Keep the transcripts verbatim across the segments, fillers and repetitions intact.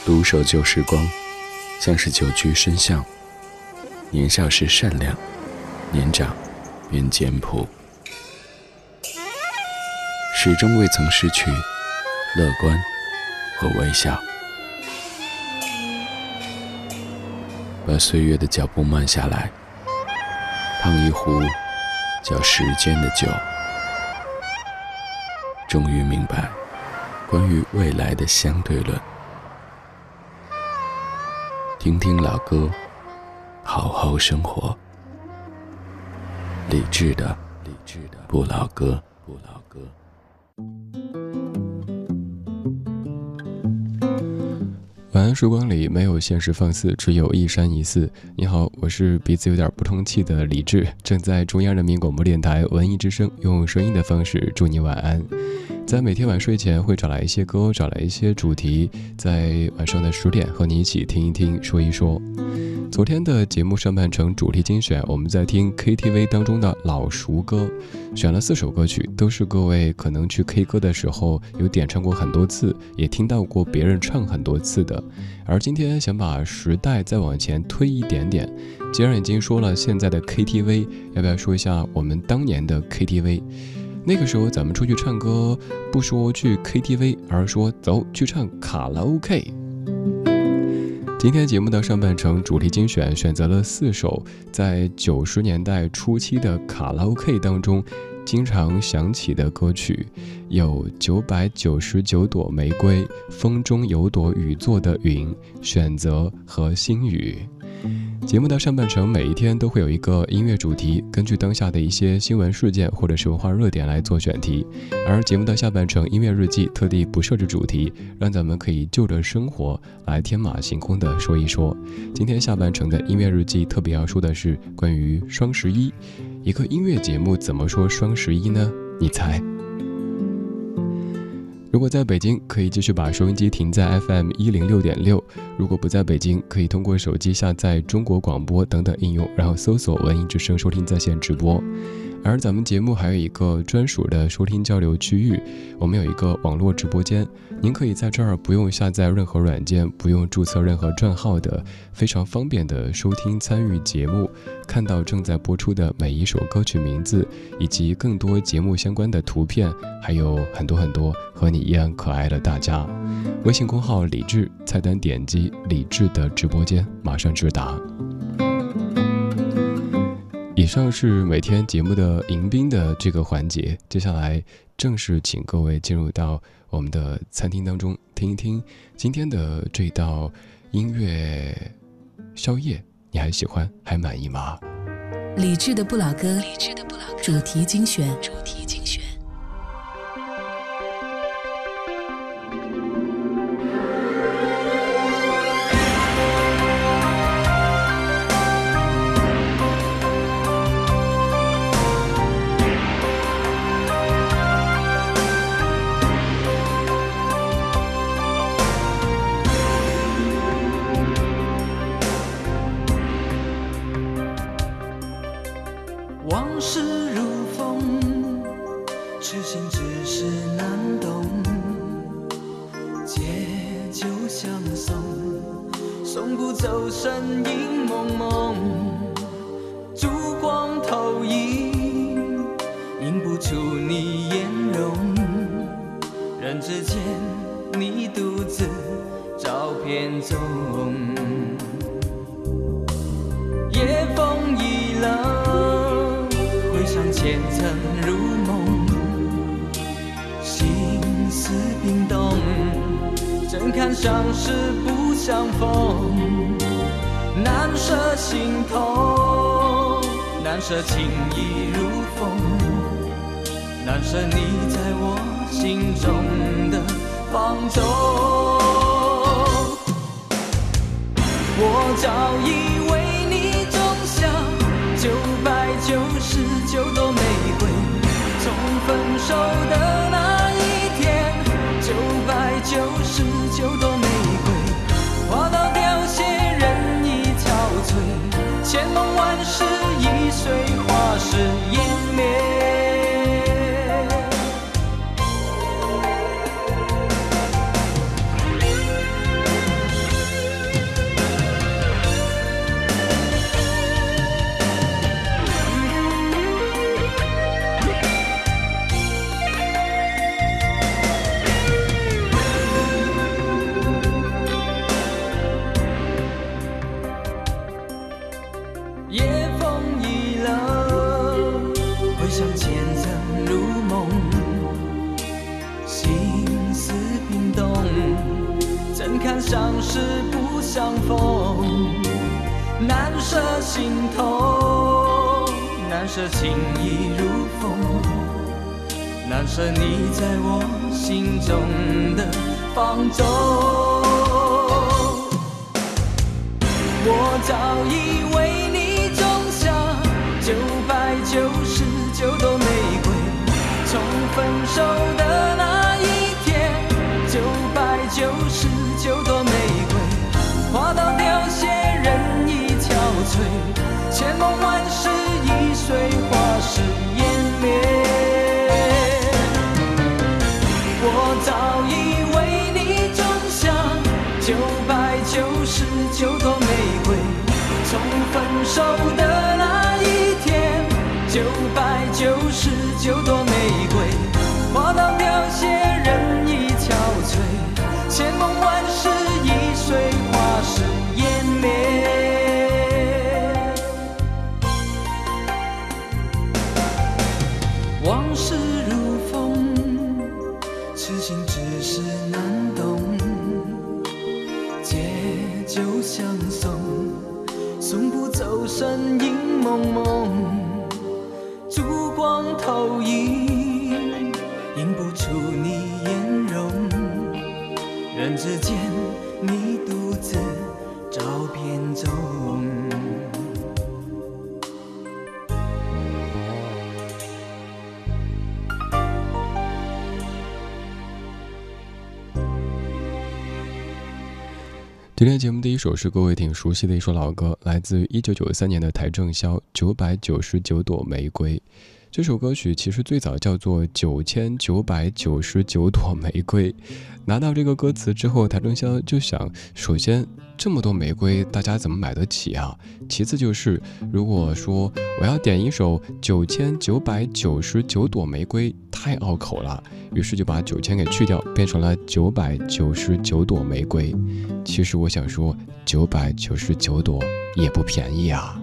独守旧时光，像是久居深巷。年少时善良，年长便简朴，始终未曾失去乐观和微笑。把岁月的脚步慢下来，烫一壶叫时间的酒，终于明白关于未来的相对论。听听老歌，好好生活。理智的理智的不老歌，不老歌。 晚安时光里没有现实放肆，只有一山一寺。你好，我是鼻子有点不通气的李志，正在中央人民广播电台文艺之声用声音的方式祝你晚安。在每天晚睡前会找来一些歌，找来一些主题，在晚上的十点和你一起听一听，说一说。昨天的节目上半程主题精选，我们在听 K T V 当中的老熟歌，选了四首歌曲，都是各位可能去 K 歌的时候有点唱过很多次，也听到过别人唱很多次的。而今天想把时代再往前推一点点，既然已经说了现在的 K T V， 要不要说一下我们当年的 K T V？ 那个时候咱们出去唱歌，不说去 K T V， 而说走去唱卡拉 OK。今天节目的上半程主题精选选择了四首在九十年代初期的卡拉 OK 当中经常响起的歌曲，有九百九十九朵玫瑰、风中有朵雨做的云、选择和心语。节目的上半程每一天都会有一个音乐主题，根据当下的一些新闻事件或者是文化热点来做选题。而节目的下半程音乐日记特地不设置主题，让咱们可以就着生活来天马行空的说一说。今天下半程的音乐日记特别要说的是关于双十一，一个音乐节目怎么说双十一呢？你猜？如果在北京，可以继续把收音机停在 F M 一零六点六。如果不在北京，可以通过手机下载中国广播等等应用，然后搜索文艺之声收听在线直播。而咱们节目还有一个专属的收听交流区域，我们有一个网络直播间，您可以在这儿不用下载任何软件，不用注册任何账号的，非常方便的收听参与节目，看到正在播出的每一首歌曲名字，以及更多节目相关的图片，还有很多很多和你一样可爱的大家。微信公号李志，菜单点击李志的直播间，马上直达。以上是每天节目的迎宾的这个环节，接下来正式请各位进入到我们的餐厅当中，听一听今天的这道音乐宵夜，你还喜欢还满意吗？ 理智的不老歌，理智的不老歌主题精选，主题精选。 往事如风，痴心只是难懂。借酒相送，送不走身影蒙蒙。烛光投影，映不出你颜容。人之间，你独自照片中。夜风已冷，回想前曾如梦，心思冰冻，怎堪相识不相逢，难舍心痛，难舍情意如风，难舍你在我心中的放纵。我早已为你种下九百九十九朵玫瑰，从分手的那一天，九百九十九朵玫瑰花到凋谢，人已憔悴，千梦万世易碎，花事湮灭。 眼看相识不相逢，难舍心头，难舍情意如风，难舍你在我心中的放纵。我早已为你种下九百九十九朵玫瑰，从分手的那一天，九百九十九朵玫瑰花到凋谢，人已憔悴，千梦万世易碎，花事湮灭。我早已为你种下九百九十九朵玫瑰，从分手的那一天，九百九十九朵玫瑰花到凋谢，人已憔悴，千梦万世易碎，花事湮灭。往事如风，痴心只是难懂，借酒相送，送不走身影蒙蒙，烛光投影，映不出你颜容，人之间你独自照片中。 今天节目第一首是各位挺熟悉的一首老歌，来自于一九九三年的邰正宵《九百九十九朵玫瑰》。这首歌曲其实最早叫做九千九百九十九朵玫瑰。拿到这个歌词之后，邰正宵就想，首先这么多玫瑰大家怎么买得起啊？其次就是如果说我要点一首九千九百九十九朵玫瑰太拗口了，于是就把九千给去掉，变成了九百九十九朵玫瑰。其实我想说，九百九十九朵也不便宜啊。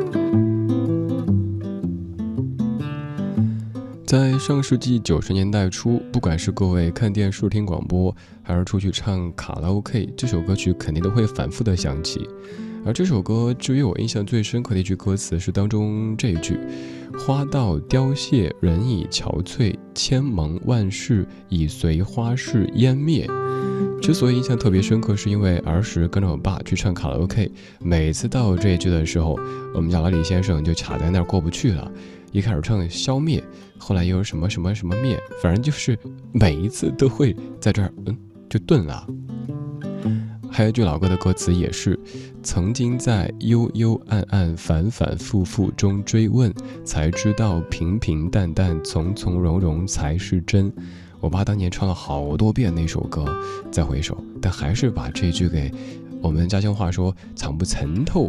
在上世纪九十年代初，不管是各位看电视听广播，还是出去唱卡拉 OK， 这首歌曲肯定都会反复的响起。而这首歌至于我印象最深刻的一句歌词是当中这一句：花到凋谢，人已憔悴，千盟万世已随花事湮灭。之所以印象特别深刻，是因为儿时跟着我爸去唱卡拉 OK， 每次到这一句的时候，我们家老李先生就卡在那儿过不去了。一开始唱消灭，后来又有什么什么什么灭，反正就是每一次都会在这儿嗯就顿了。还有一句老歌的歌词也是：曾经在幽幽暗暗反反复复中追问，才知道平平淡淡从从容容才是真。我爸当年唱了好多遍那首歌，再回首，但还是把这句给我们家乡话说藏不沉透。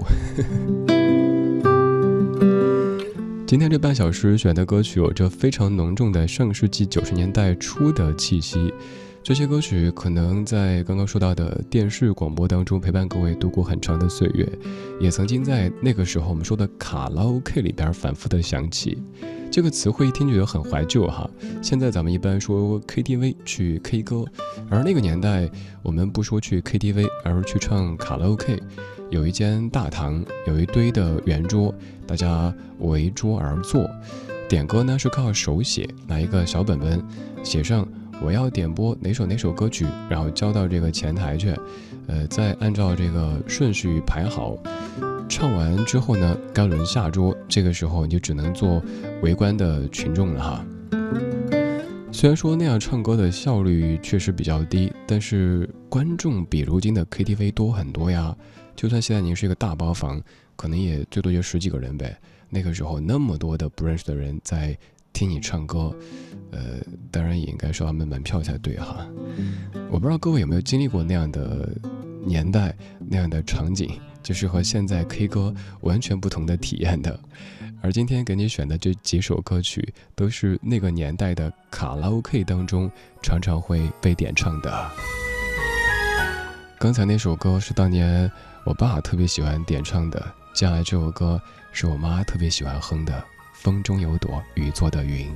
今天这半小时选的歌曲有着非常浓重的上世纪九十年代初的气息，这些歌曲可能在刚刚说到的电视广播当中陪伴各位度过很长的岁月，也曾经在那个时候我们说的卡拉 OK 里边反复的响起。这个词汇一听觉得很怀旧哈，现在咱们一般说 K T V 去 K 歌，而那个年代我们不说去 K T V， 而是去唱卡拉 OK。有一间大堂，有一堆的圆桌，大家围桌而坐，点歌呢是靠手写，拿一个小本本写上我要点播哪首哪首歌曲，然后交到这个前台去，呃，再按照这个顺序排好。唱完之后呢，该轮下桌，这个时候你就只能做围观的群众了哈。虽然说那样唱歌的效率确实比较低，但是观众比如今的 K T V 多很多呀。就算现在您是一个大包房，可能也最多就十几个人呗。那个时候那么多的不认识的人在听你唱歌，呃，当然也应该收他们门票才对哈。我不知道各位有没有经历过那样的年代，那样的场景，就是和现在 K 歌完全不同的体验的。而今天给你选的这几首歌曲，都是那个年代的卡拉 OK 当中常常会被点唱的。刚才那首歌是当年我爸特别喜欢点唱的，接下来这首歌是我妈特别喜欢哼的，风中有朵雨做的云。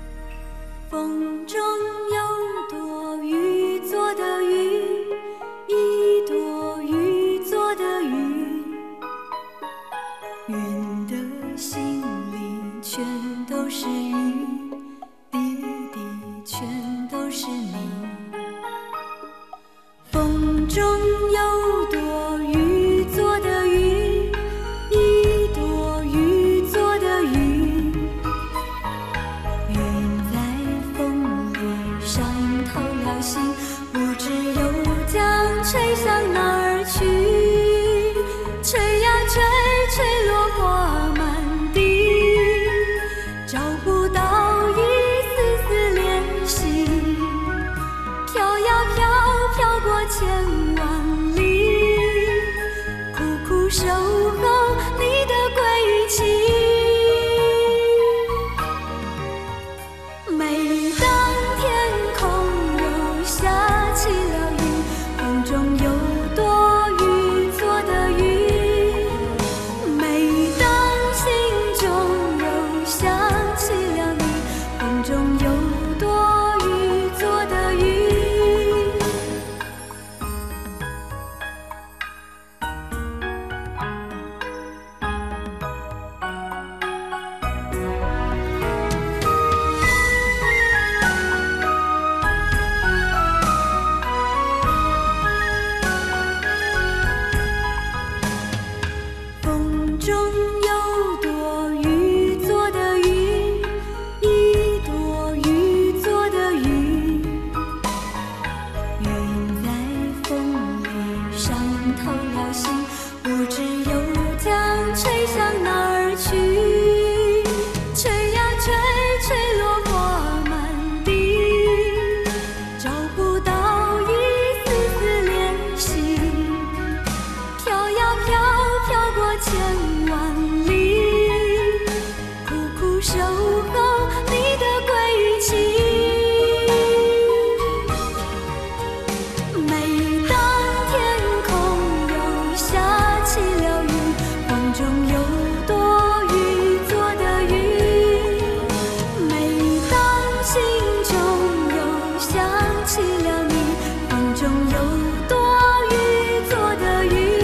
风中有朵雨做的云，一中有朵雨做的云，一朵雨做的云，云在风里伤透了心，不知又将吹向哪儿去，吹呀吹，吹落花满地，找不到一丝丝联系，飘呀飘，飘过千万里，苦苦守候你的归期。每当天空又下起了雨，风中有朵雨做的云，每当心中又想起了你，风中有朵雨做的云。风中有朵雨做的云，一朵雨做的云，云在风里伤透了心，不知又将吹向哪儿去，吹呀吹，吹落花满地，找不到一丝丝联系，飘呀飘，飘过千万里，苦苦守候你的归期。每当天空又下起了雨，风中有朵雨做的云，每当心中又想起了你，风中有朵雨做的云。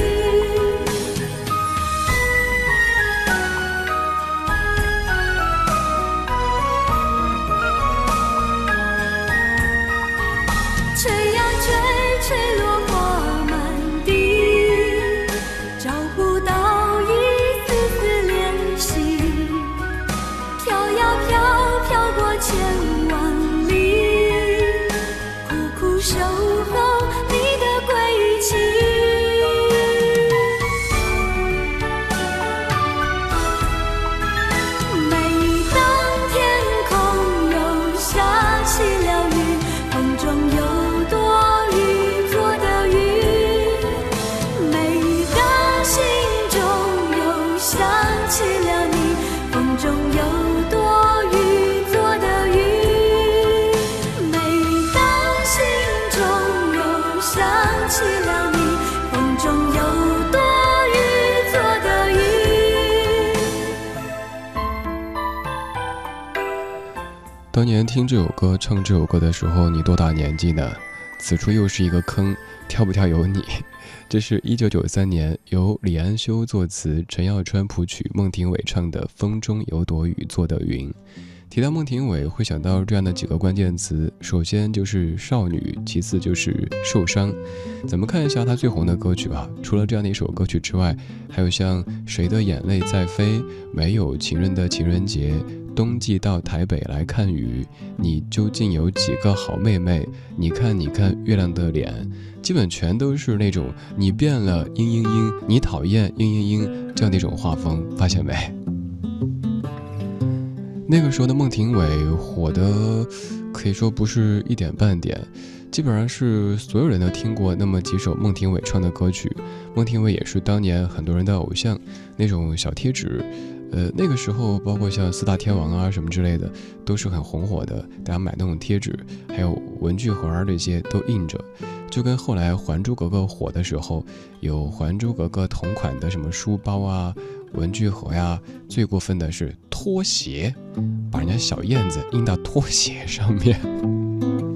吹呀吹，吹落花满地，找不到一丝丝联系，飘呀飘，飘过千万里，苦苦守候你的归期。每当天空又下起了雨，风中有朵雨做的云，每当心中又想起了你，风中有朵雨做的云，每当心中又想起了你，风中有朵雨做的云。 当年听这首歌唱这首歌的时候，你多大年纪呢？此处又是一个坑，跳不跳由你。这是一九九三年由李安修作词，陈耀川谱曲，孟庭苇唱的《风中有朵雨做的云》。提到孟庭苇，会想到这样的几个关键词，首先就是少女，其次就是受伤。咱们看一下她最红的歌曲吧。除了这样的一首歌曲之外，还有像《谁的眼泪在飞》、没有情人的情人节、冬季到台北来看雨、你究竟有几个好妹妹、你看你看月亮的脸，基本全都是那种你变了嘤嘤嘤，你讨厌嘤嘤嘤这样的一种画风，发现没？那个时候的孟庭苇火的可以说不是一点半点，基本上是所有人都听过那么几首孟庭苇唱的歌曲。孟庭苇也是当年很多人的偶像，那种小贴纸，呃，那个时候包括像四大天王啊什么之类的，都是很红火的，大家买那种贴纸，还有文具盒啊这些都印着。就跟后来《还珠格格》火的时候，有《还珠格格》同款的什么书包啊、文具盒呀，最过分的是拖鞋，把人家小燕子印到拖鞋上面。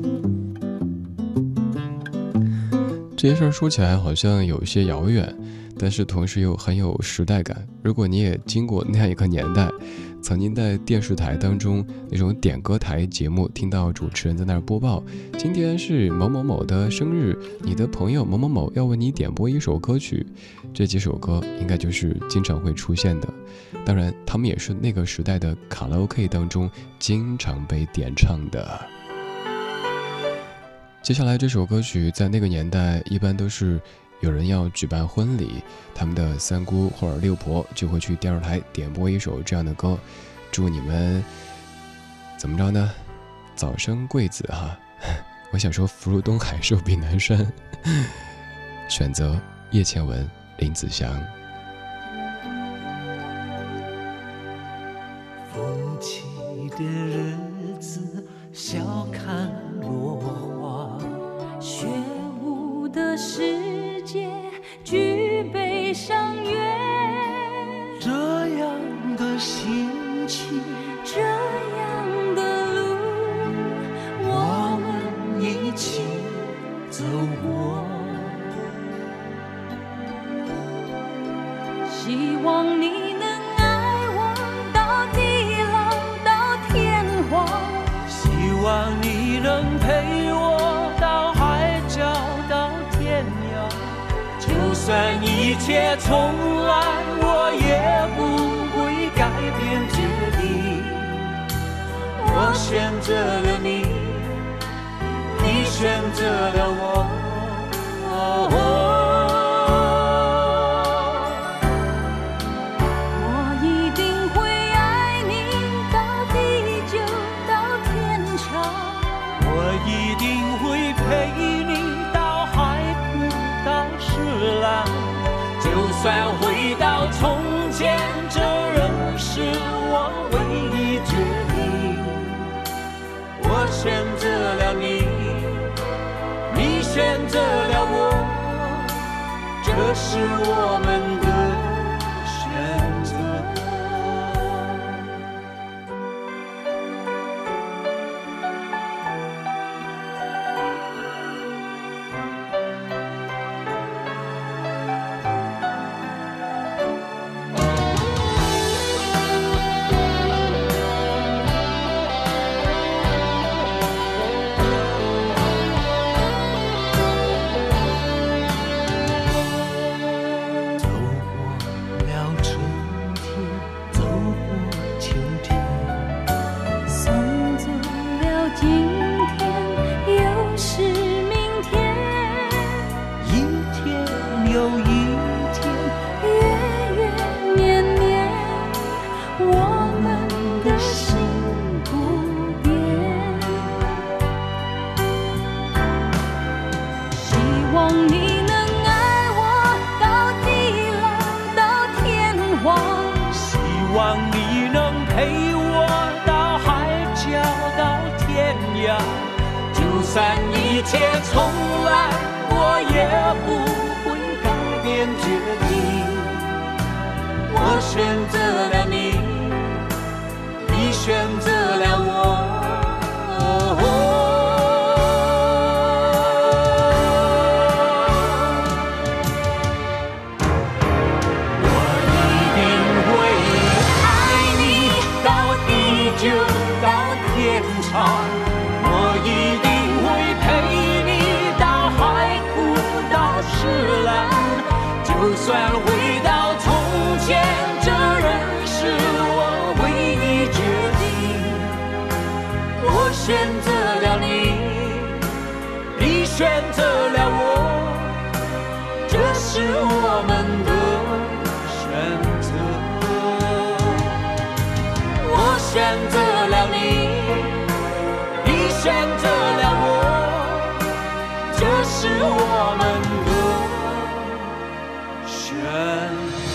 这些事儿说起来好像有些遥远， 但是同时又很有时代感。如果你也经过那样一个年代，曾经在电视台当中那种点歌台节目，听到主持人在那儿播报，今天是某某某的生日，你的朋友某某某要为你点播一首歌曲，这几首歌应该就是经常会出现的。当然他们也是那个时代的卡拉 OK 当中经常被点唱的。接下来这首歌曲在那个年代一般都是有人要举办婚礼，他们的三姑或者六婆就会去电视台点播一首这样的歌，祝你们怎么着呢？早生贵子哈！我想说福如东海，寿比南山。选择叶倩文、林子祥。 风起的日子，笑看落花， 雪舞的世界，举杯赏月。 这样的心情， 这样的路，我们一起走过。 希望你能爱我到地老到天荒， 希望你能陪我到海角到天涯。就算一切重来，我也不会改变决定。我选择了你，你选择了我。哦哦就算回到从前，这仍是我唯一决定。我选择了你，你选择了我，这是我们的选择。就算一切重来，我也不会改变决定。我选择了你，你选择了我。我一定会爱你到地久到天长。我一定会陪你到海枯到石烂，就算回到从前，这仍是我唯一决定。我选择了你，你选择了我，这是我们的选择。我选择了你，选择了我，这是我们的选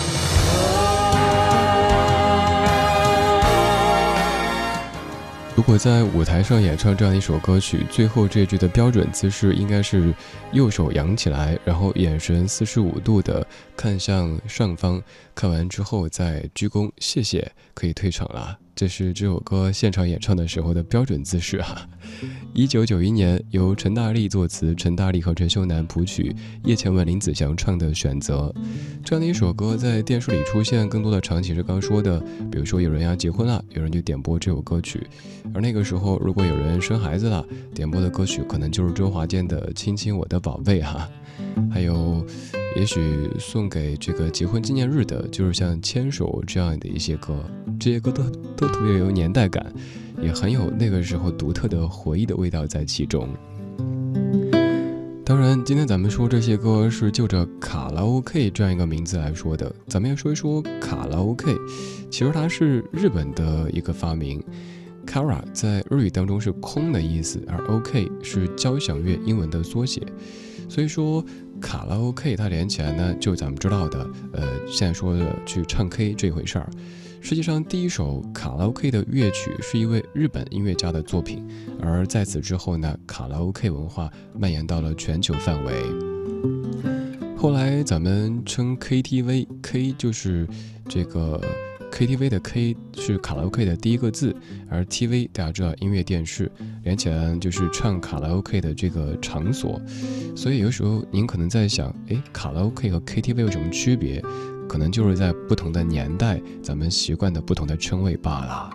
如果在舞台上演唱这样一首歌曲，最后这句的标准姿势应该是右手扬起来，然后眼神四十五度的看向上方，看完之后再鞠躬谢谢，可以退场了。这这是这首歌现场演唱的时候的标准姿势啊。一九九一年，由陈大力作词，陈大力和陈秀楠谱曲，叶倩文、林子祥唱的《选择》。这样的一首歌在电视里出现更多的场景是刚说的，比如说有人要结婚了，有人就点播这首歌曲。而那个时候，如果有人生孩子了，点播的歌曲可能就是周华健的《亲亲我的宝贝》哈。还有也许送给这个结婚纪念日的，就是像牵手这样的一些歌，这些歌都都特别有年代感，也很有那个时候独特的回忆的味道在其中。当然今天咱们说这些歌是就着卡拉 OK 这样一个名字来说的，咱们要说一说卡拉 OK。 其实它是日本的一个发明， Kara 在日语当中是空的意思，而 OK 是交响乐英文的缩写，所以说卡拉 OK 它连起来呢，就咱们知道的呃，现在说的去唱 K 这回事儿。实际上第一首卡拉 OK 的乐曲是一位日本音乐家的作品，而在此之后呢，卡拉 OK 文化蔓延到了全球范围。后来咱们称 K T V， K 就是这个 K T V 的 K 是卡拉 OK 的第一个字，而 T V 大家知道音乐电视，连起来就是唱卡拉 OK 的这个场所。所以有时候您可能在想，诶，卡拉 OK 和 K T V 有什么区别？可能就是在不同的年代，咱们习惯的不同的称谓罢了。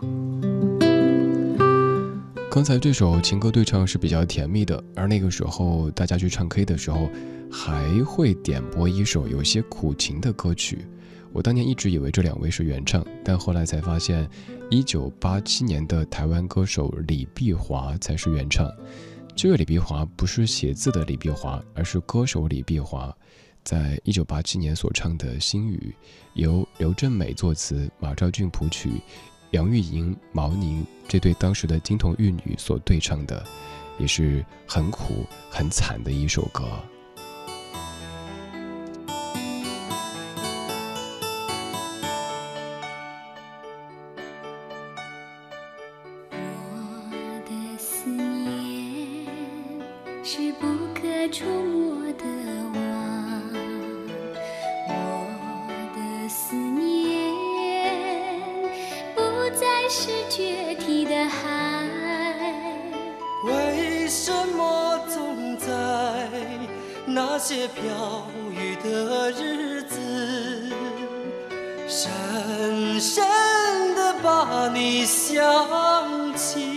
刚才这首情歌对唱是比较甜蜜的，而那个时候大家去唱 K 的时候，还会点播一首有些苦情的歌曲。我当年一直以为这两位是原唱，但后来才发现一九八七年的台湾歌手李碧华才是原唱。这个李碧华不是写字的李碧华，而是歌手李碧华在一九八七年所唱的《心语》，由刘振美作词，马兆骏谱曲，杨钰莹、毛宁这对当时的金童玉女所对唱的，也是很苦很惨的一首歌。 是不可触摸的网，我的思念不再是决堤的海。 为什么总在那些飘雨的日子，深深地把你想起？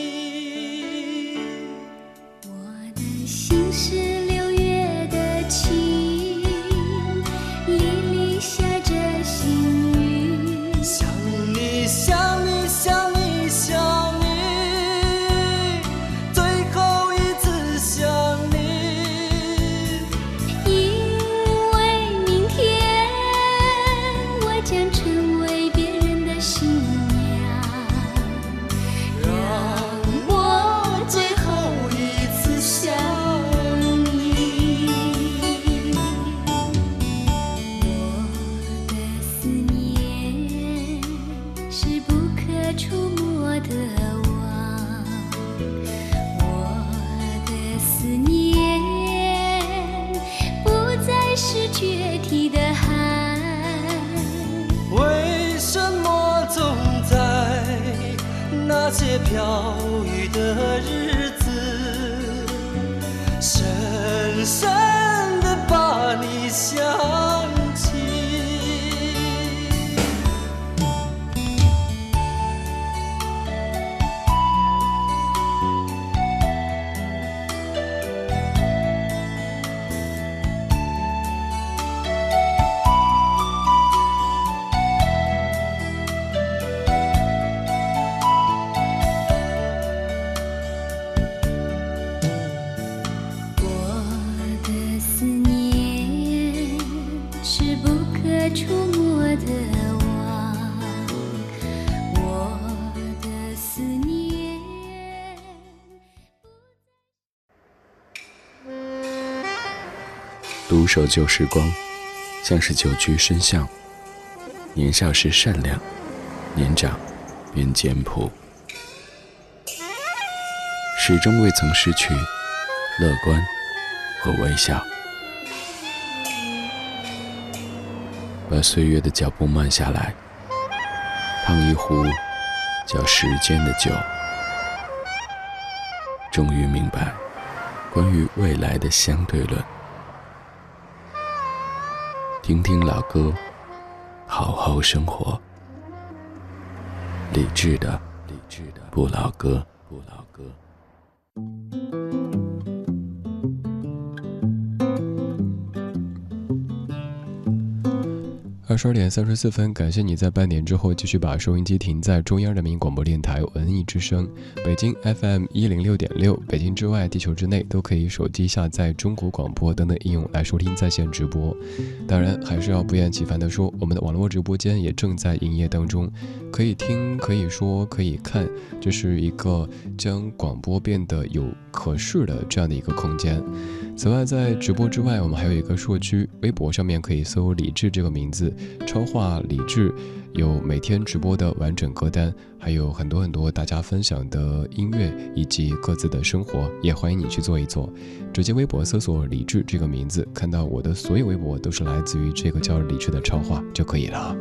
心是六月的晴，沥沥下着细雨。 想你想你想你想你，最后一次想你。 因为明天我将成为别人的新娘，让我最后一次想触摸的网，我的思念不再是决堤的海。 为什么总在那些飘雨的日子，深深地把你想起？ 触摸的网，我的思念。 独守旧时光，像是久居深巷。年少时善良，年长便简朴，始终未曾失去乐观和微笑。把岁月的脚步慢下来，烫一壶叫时间的酒。终于明白关于未来的相对论。听听老歌，好好生活。理智的理智的不老歌不老歌。 二十二点三十四分，感谢你在半点之后继续把收音机停在中央人民广播电台文艺之声，北京 F M 一零六点六，北京之外、地球之内都可以手机下载中国广播等等应用来收听在线直播。当然，还是要不厌其烦地说，我们的网络直播间也正在营业当中，可以听、可以说、可以看，这是一个将广播变得有可视的这样的一个空间。此外，在直播之外，我们还有一个社区，微博上面可以搜李志这个名字，超话李志，有每天直播的完整歌单，还有很多很多大家分享的音乐以及各自的生活，也欢迎你去做一做。直接微博搜索李志这个名字，看到我的所有微博都是来自于这个叫李志的超话就可以了。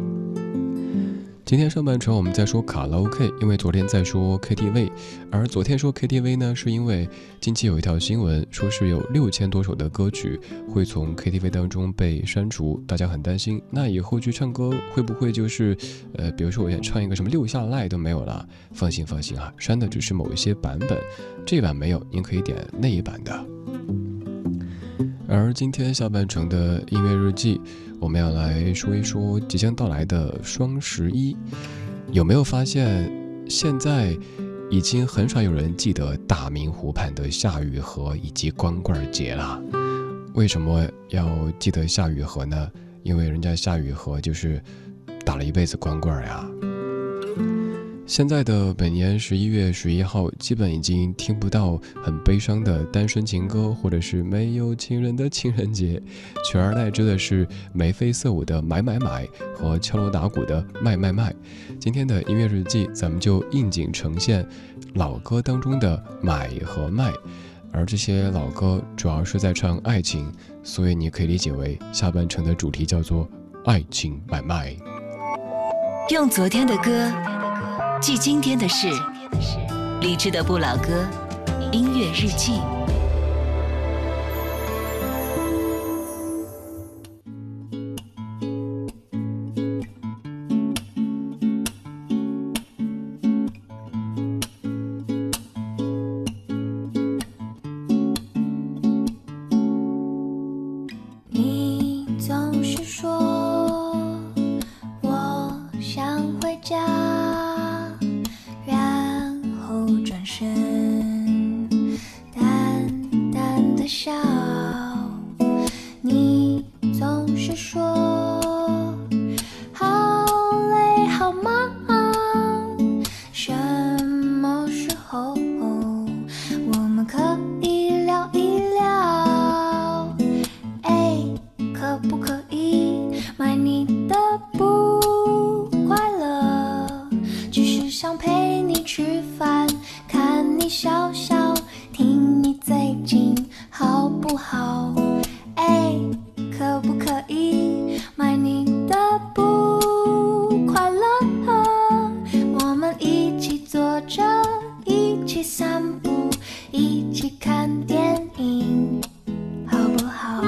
今天上半程我们在说卡拉 OK， 因为昨天在说 K T V， 而昨天说 K T V 呢，是因为近期有一条新闻说是有六千多首的歌曲会从 K T V 当中被删除，大家很担心，那以后去唱歌会不会就是呃，比如说我想唱一个什么六下赖都没有了？放心放心啊，删的只是某一些版本，这版没有，您可以点那一版的。而今天下半程的音乐日记，我们要来说一说即将到来的双十一。有没有发现现在已经很少有人记得大明湖畔的夏雨荷以及光棍节了？为什么要记得夏雨荷呢？因为人家夏雨荷就是打了一辈子光棍呀。现在的本年十一月十一号，基本已经听不到很悲伤的单身情歌，或者是没有情人的情人节，取而代之的是眉飞色舞的买买买和敲锣打鼓的卖卖卖。今天的音乐日记，咱们就应景呈现老歌当中的买和卖，而这些老歌主要是在唱爱情，所以你可以理解为下半程的主题叫做爱情买卖。 用昨天的歌记今天的事，理智的不老歌，音乐日记。 你总是说我想回家，淡淡的笑，你总是说好累好忙，什么时候我们可以聊一聊？哎，可不可以买你的不快乐？只是想陪你吃饭，看你笑笑，听你最近好不好？哎，可不可以买你的不快乐？我们一起坐着，一起散步，一起看电影，好不好？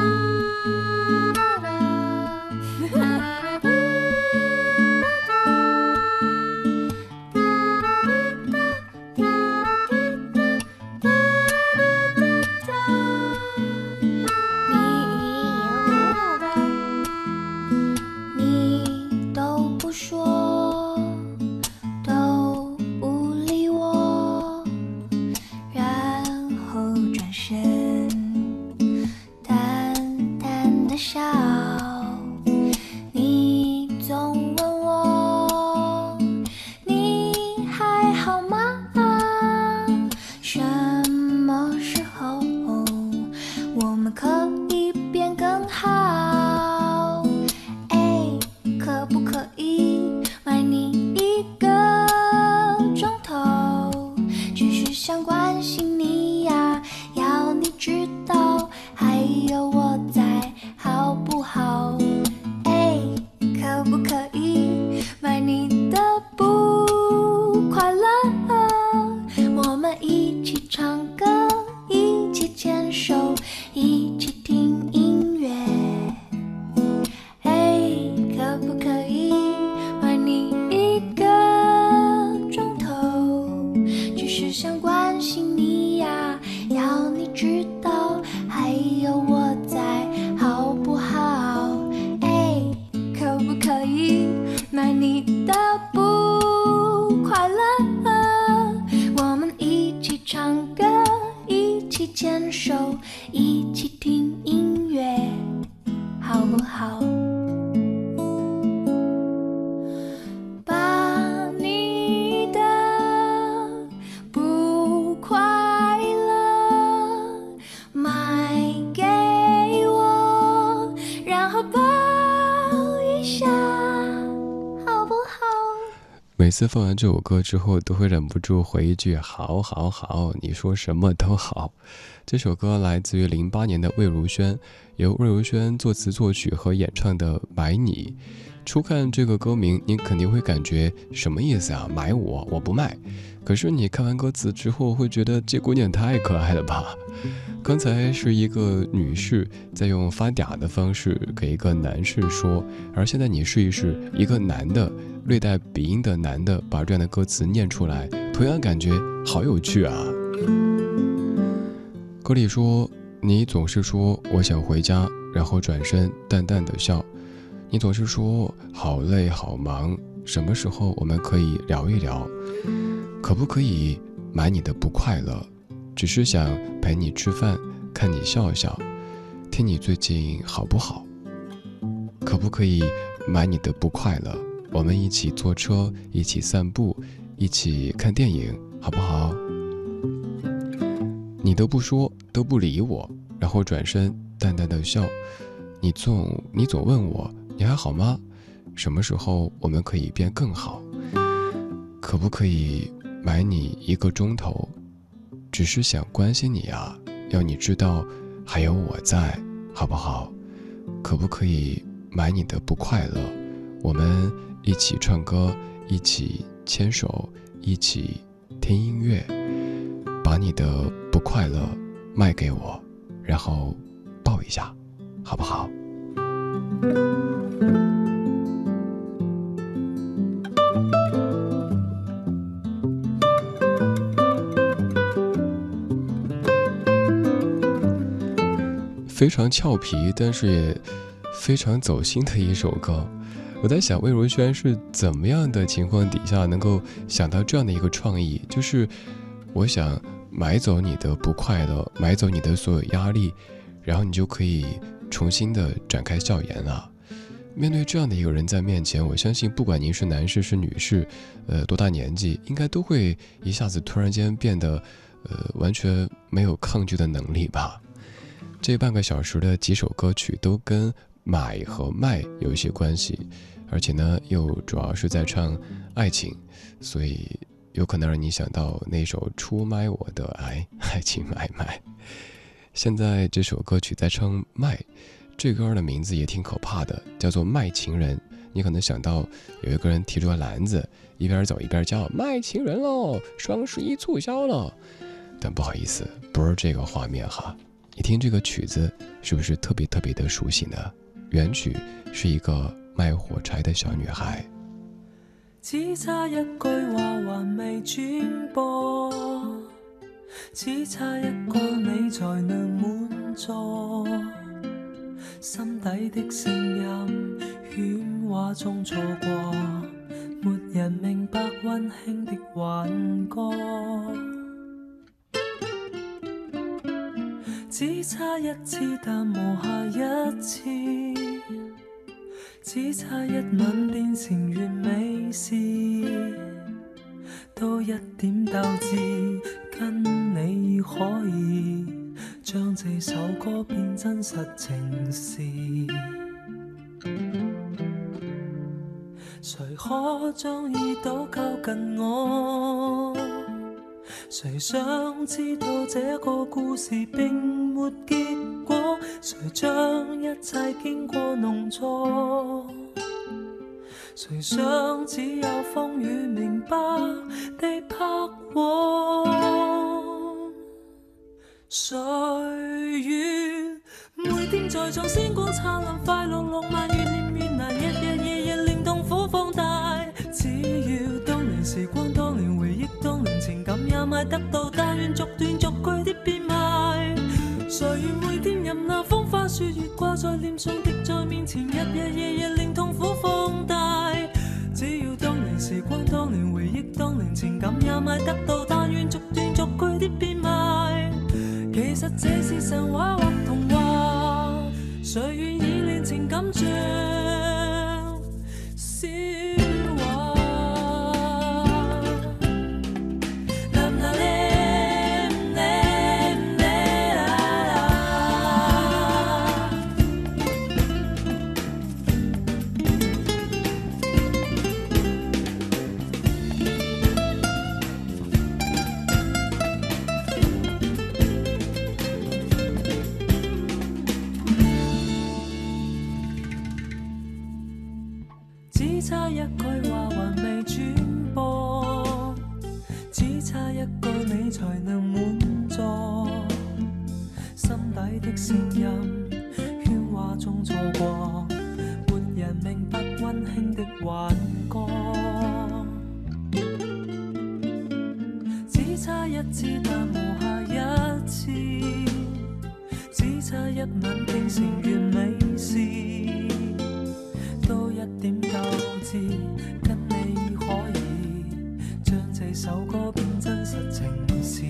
可不可以买你的不一起听音乐。嘿，可不可以买你一个钟头？只是想关心你呀，要你知道还有我在，好不好？哎，可不可以买你的不快乐？我们一起唱歌，一起牵手，一起听音乐，好不好？把你的不快乐买给我，然后抱一下，好不好？ 每次放完这首歌之后，都会忍不住回一句好好好，你说什么都好。这首歌来自于零八年的魏如萱，由魏如萱作词作曲和演唱的《买你》。初看这个歌名，你肯定会感觉什么意思啊？买我，我不卖。可是你看完歌词之后，会觉得这姑娘太可爱了吧？刚才是一个女士在用发嗲的方式给一个男士说，而现在你试一试，一个男的略带鼻音的男的把这样的歌词念出来，同样感觉好有趣啊。歌里说，你总是说我想回家，然后转身淡淡的笑。你总是说好累好忙，什么时候我们可以聊一聊？可不可以买你的不快乐？只是想陪你吃饭，看你笑笑，听你最近好不好？可不可以买你的不快乐？我们一起坐车，一起散步，一起看电影，好不好？你都不说，都不理我，然后转身淡淡的笑。你总你总问我，你还好吗？什么时候我们可以变更好？可不可以买你一个钟头？只是想关心你啊，要你知道还有我在，好不好？可不可以买你的不快乐？我们一起唱歌，一起牵手，一起听音乐，把你的不快乐卖给我，然后抱一下，好不好？非常俏皮，但是也非常走心的一首歌。我在想，魏如萱是怎么样的情况底下能够想到这样的一个创意，就是我想买走你的不快乐，买走你的所有压力，然后你就可以重新的展开笑颜了。面对这样的一个人在面前，我相信不管您是男士是女士，呃，多大年纪，应该都会一下子突然间变得，呃，完全没有抗拒的能力吧。这半个小时的几首歌曲都跟买和卖有一些关系，而且呢又主要是在唱爱情，所以有可能让你想到那首出卖我的爱，爱情买卖。现在这首歌曲在唱卖，这歌的名字也挺可怕的，叫做卖情人。你可能想到有一个人提着个篮子，一边走一边叫卖情人喽，双十一促销了。但不好意思，不是这个画面哈。你听这个曲子是不是特别特别的熟悉呢？原曲是一个卖火柴的小女孩。 只差一句話還未轉播，只差一個你才能滿座，心底的聲音喧嘩中錯過，沒人明白溫馨的幻覺。只差一次但無下一次，只差一吻變成完美事，多一點鬥志，跟你可以將這首歌變真實情事。誰可將耳朵靠近我？誰想知道這個故事並沒結果？誰將一切經過弄錯？誰想只有風雨明白地拍和？ 岁月每天在撞星光灿烂，快樂浪漫越念越難，日日夜夜令痛苦放大。只要當年時光，當年回憶，當年情感也買得到，但願逐段逐句的變賣。誰願每天任那風花雪月掛在臉上，滴在面前，日日夜夜令痛苦放大。只要當年時光，當年回憶，當年情感也買得到，但願逐段逐句的變賣。其實這是神話或童話，誰願意戀情感像笑話？只差一句話還未轉播，只差一個你才能滿座。心底的聲音喧嘩中錯過，沒人明白溫馨的幻覺。只差一次但無下一次，只差一吻變成完美事。多一點鬥志，跟你可以將這首歌變真實情事。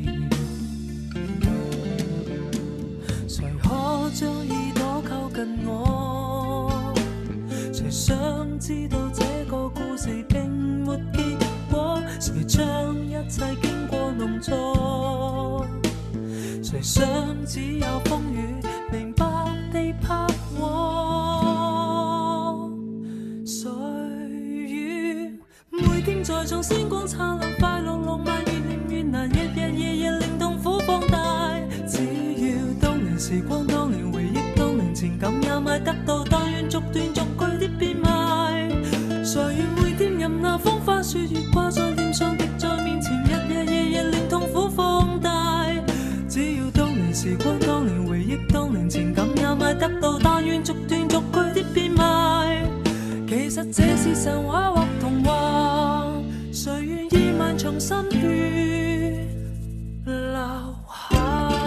誰可將耳朵靠近我？誰想知道這個故事並沒結果？誰將一切經過濃縮？誰想只有風雨明白地拍和？每天在撞星光燦爛，快樂浪漫越念越難，日日夜夜令痛苦放大。只要當年時光，當年回憶，當年情感也買得到，但願逐段逐句的變賣。誰願每天任那風花雪月掛在臉上，滴在面前，日日夜夜令痛苦放大。只要當年時光，當年回憶，當年情感也買得到，但願逐段逐句的變賣。其實這是神話或童話，誰願意漫長心血留下？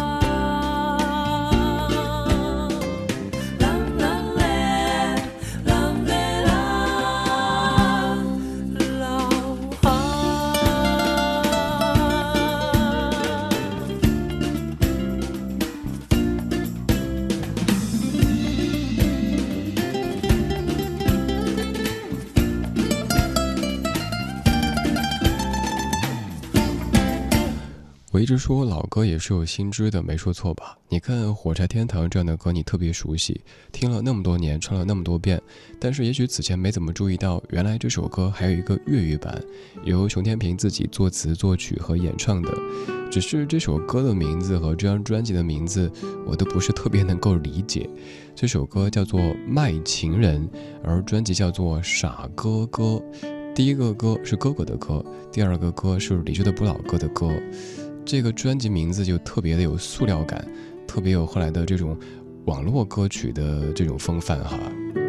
我一直说老歌也是有新知的，没说错吧？你看《火柴天堂》这样的歌你特别熟悉，听了那么多年，唱了那么多遍，但是也许此前没怎么注意到，原来这首歌还有一个粤语版，由熊天平自己作词作曲和演唱的。只是这首歌的名字和这张专辑的名字我都不是特别能够理解。这首歌叫做《卖情人》，而专辑叫做《傻哥哥》。第一个歌是哥哥的歌，第二个歌是李志的不老歌的歌。这个专辑名字就特别的有塑料感，特别有后来的这种网络歌曲的这种风范哈。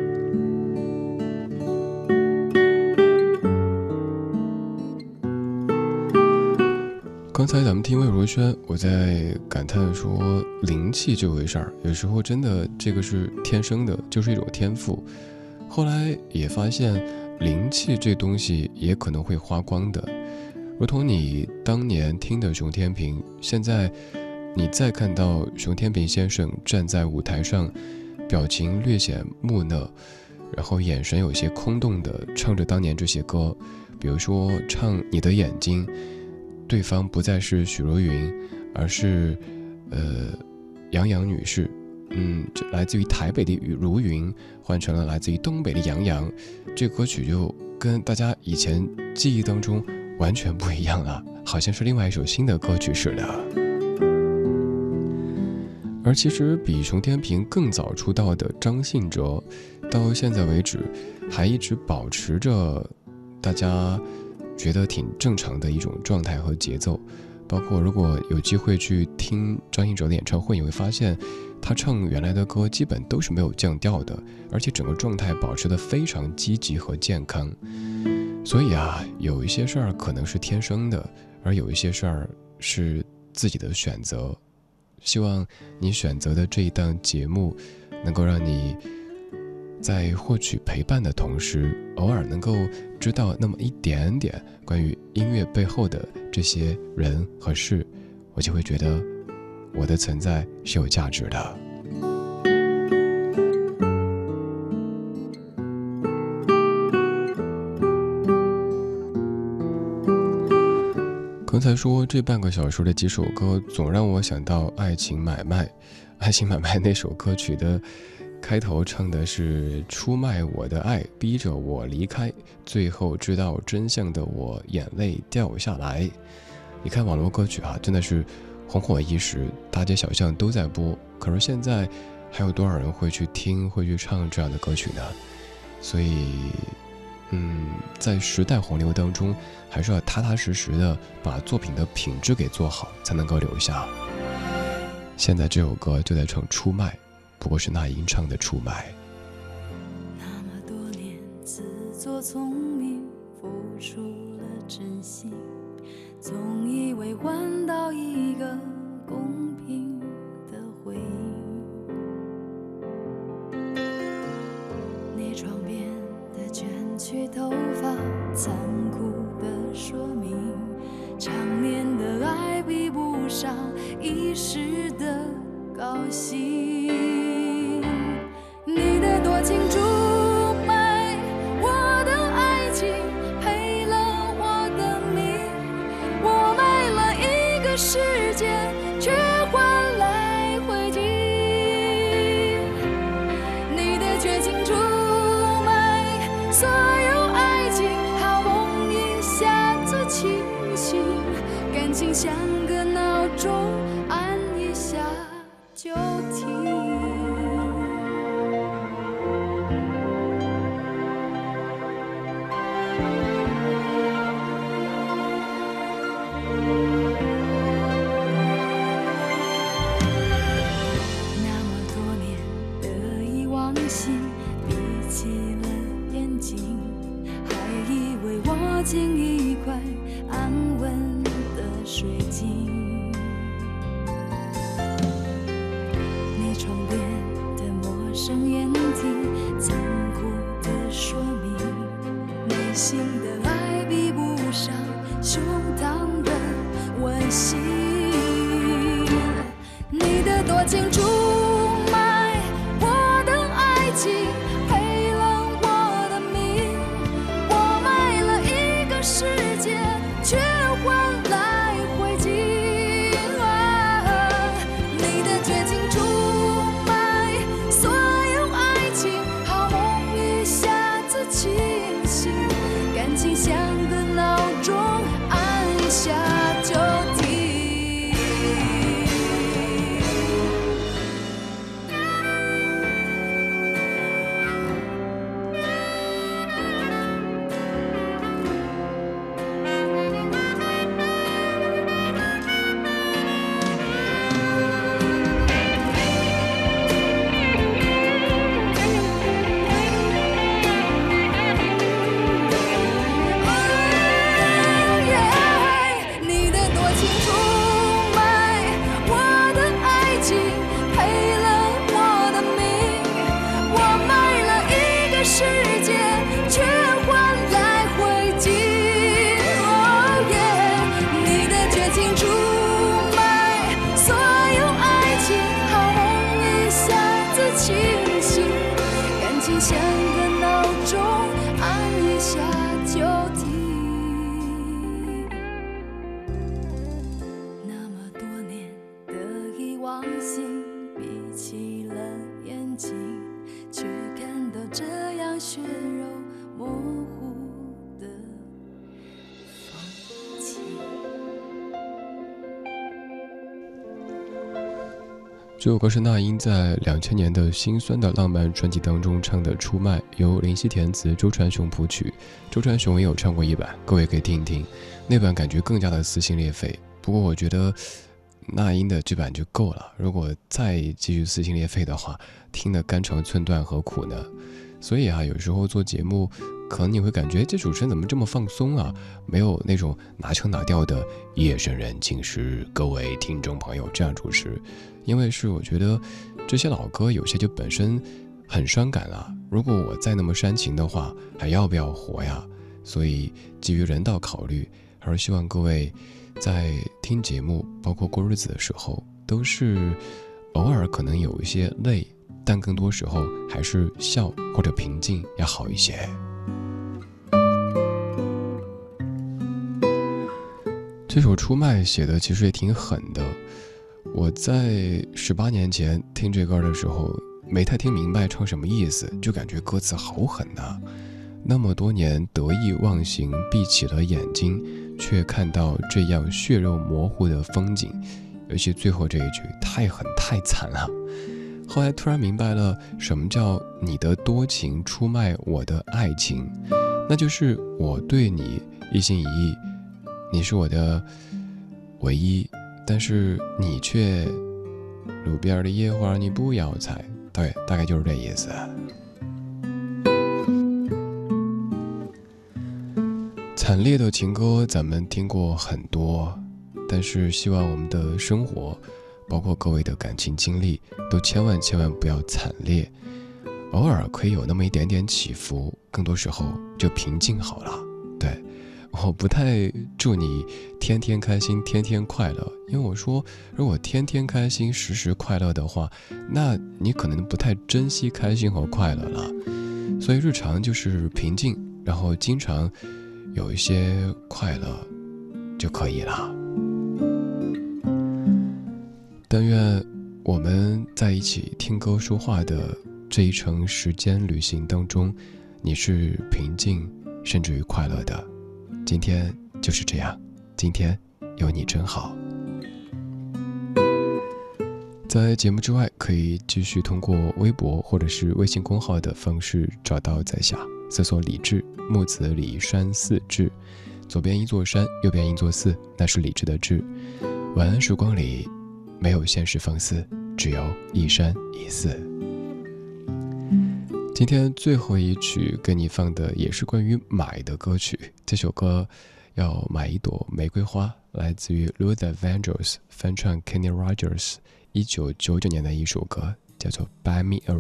刚才咱们听魏如萱，我在感叹说灵气这回事儿，有时候真的这个是天生的，就是一种天赋。后来也发现灵气这东西也可能会花光的。如同你当年听的熊天平，现在你再看到熊天平先生站在舞台上，表情略显木讷，然后眼神有些空洞的唱着当年这些歌，比如说唱《你的眼睛》，对方不再是许茹芸，而是呃杨洋女士，嗯，来自于台北的如云换成了来自于东北的杨洋，这歌曲就跟大家以前记忆当中完全不一样了，好像是另外一首新的歌曲似的。而其实比熊天平更早出道的张信哲，到现在为止还一直保持着大家觉得挺正常的一种状态和节奏。 包括如果有机会去听张信哲的演唱会，你会发现他唱原来的歌基本都是没有降调的，而且整个状态保持得非常积极和健康。所以啊，有一些事儿可能是天生的，而有一些事儿是自己的选择。希望你选择的这一档节目能够让你在获取陪伴的同时，偶尔能够知道那么一点点关于音乐背后的这些人和事，我就会觉得我的存在是有价值的。刚才说这半个小时的几首歌总让我想到爱情买卖。爱情买卖那首歌曲的开头唱的是出卖我的爱，逼着我离开，最后知道真相的我眼泪掉下来。你看网络歌曲啊，真的是红火一时，大街小巷都在播，可是现在还有多少人会去听会去唱这样的歌曲呢？所以嗯，在时代洪流当中，还是要踏踏实实的把作品的品质给做好，才能够留下。现在这首歌就在唱出卖，不过是那英唱的出卖。 那么多年自作聪明，付出了真心，总以为换到一个公平的回应。你床边的卷曲头发，残酷的说明，常年的爱比不上一时的高兴。你的多情出卖我的爱情，赔了我的命，我卖了一个世界，却换来灰烬。你的绝情出卖所有爱情，好梦一下子清醒，感情像个闹钟，按一下就停。那么多年的遗忘性，闭起了眼睛，还以为握紧一块安稳的水晶。你床边的陌生眼睛，残酷的说明，内心的爱比不上胸膛的温馨。你的多情出卖我的爱情，赔了我的命，我卖了一个世界，却换来灰烬。啊，你的绝情出卖所有爱情，好梦一下子清醒，感情像个闹钟，按一下就停。你的多情出卖我的爱情，赔了我的命，我卖了一个世界，却换来灰烬。哦耶，你的绝情出卖所有爱情，好梦一下子清醒，感情像个闹钟，按一下就停。那么多年的遗忘性，闭起了眼睛，却看到这样血肉模糊的风景。 这首歌是那英在两千年的心酸的浪漫专辑当中唱的《出卖》，由林夕填词，周传雄谱曲。周传雄也有唱过一版，各位可以听一听，那版感觉更加的撕心裂肺。 不过我觉得那英的这版就够了，如果再继续撕心裂肺的话，听得肝肠寸断何苦呢？所以啊，有时候做节目可能你会感觉这主持人怎么这么放松啊，没有那种拿腔拿调的夜深人静时各位听众朋友这样主持。因为是我觉得这些老歌有些就本身很伤感啊，如果我再那么煽情的话，还要不要活呀？所以基于人道考虑，还是希望各位在听节目包括过日子的时候，都是偶尔可能有一些累，但更多时候还是笑或者平静要好一些。这首出卖写的其实也挺狠的，我在十八年前听这歌的时候没太听明白唱什么意思，就感觉歌词好狠啊。那么多年得意忘形，闭起了眼睛，却看到这样血肉模糊的风景，尤其最后这一句太狠太惨了。后来突然明白了什么叫你的多情出卖我的爱情，那就是我对你一心一意，你是我的唯一，但是你却路边的野花你不要采，对，大概就是这意思。惨烈的情歌咱们听过很多，但是希望我们的生活包括各位的感情经历都千万千万不要惨烈，偶尔可以有那么一点点起伏，更多时候就平静好了。对，我不太祝你天天开心天天快乐，因为我说如果天天开心时时快乐的话，那你可能不太珍惜开心和快乐了。所以日常就是平静，然后经常有一些快乐就可以了。但愿我们在一起听歌说话的这一程时间旅行当中，你是平静甚至于快乐的。今天就是这样，今天有你真好。在节目之外，可以继续通过微博或者是微信公号的方式找到在下，搜索李志，木子李山寺志，左边一座山，右边一座寺，那是李志的志。晚安时光里没有现实放肆，只有一山一寺。今天最后一曲给你放的也是关于买的歌曲，这首歌要买一朵玫瑰花，来自于 Luther Vandross 翻唱 Kenny Rogers 一九九九年的一首歌，叫做 Buy Me a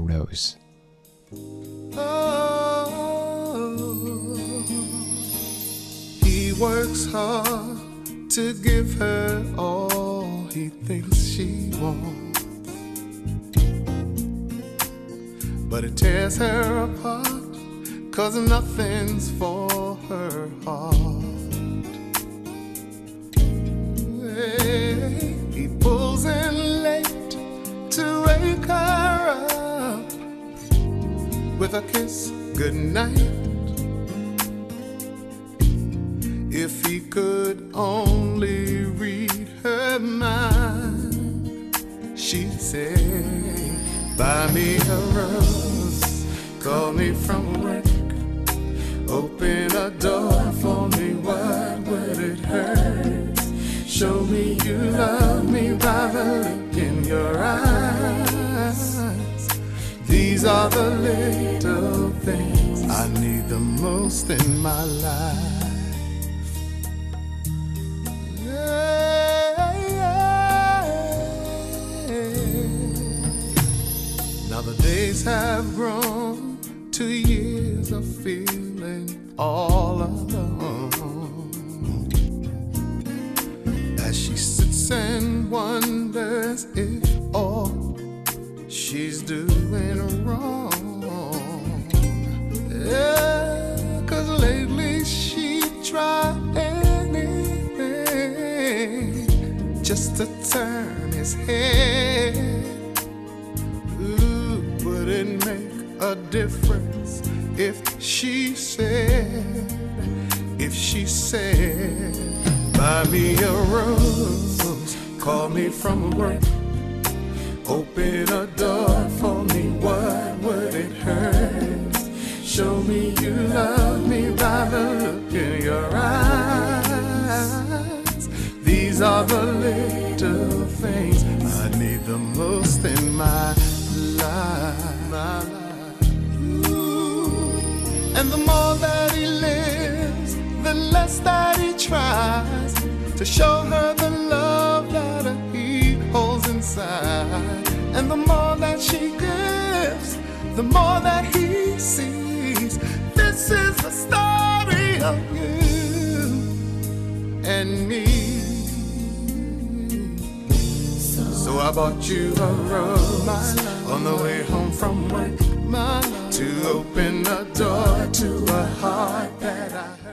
Rose。He works hard to give her all he thinks she wants, but it tears her apart, 'cause nothing's for her heart. Hey, he pulls in late to wake her up with a kiss goodnight. If he could only read her mind, she'd say, buy me a rose, call me from work, open a door for me, what would it hurt? Show me you love me by the look in your eyes. These are the little things I need the most in my life. Now the days have grown to years of feeling all alone, as she sits and wonders if all she's doing wrong. Yeah, 'cause lately she tried anything just to turn his head. Would it make a difference if she said, if she said, buy me a rose, call me from work, open a door for me, what would it hurt? Show me you love me by the look in your eyes. These are the And the more that he lives, the less that he tries to show her the love that he holds inside. And the more that she gives, the more that he sees. This is the story of you and me. So I bought you a rose on the way home from work, my love, to open a door to a heart that I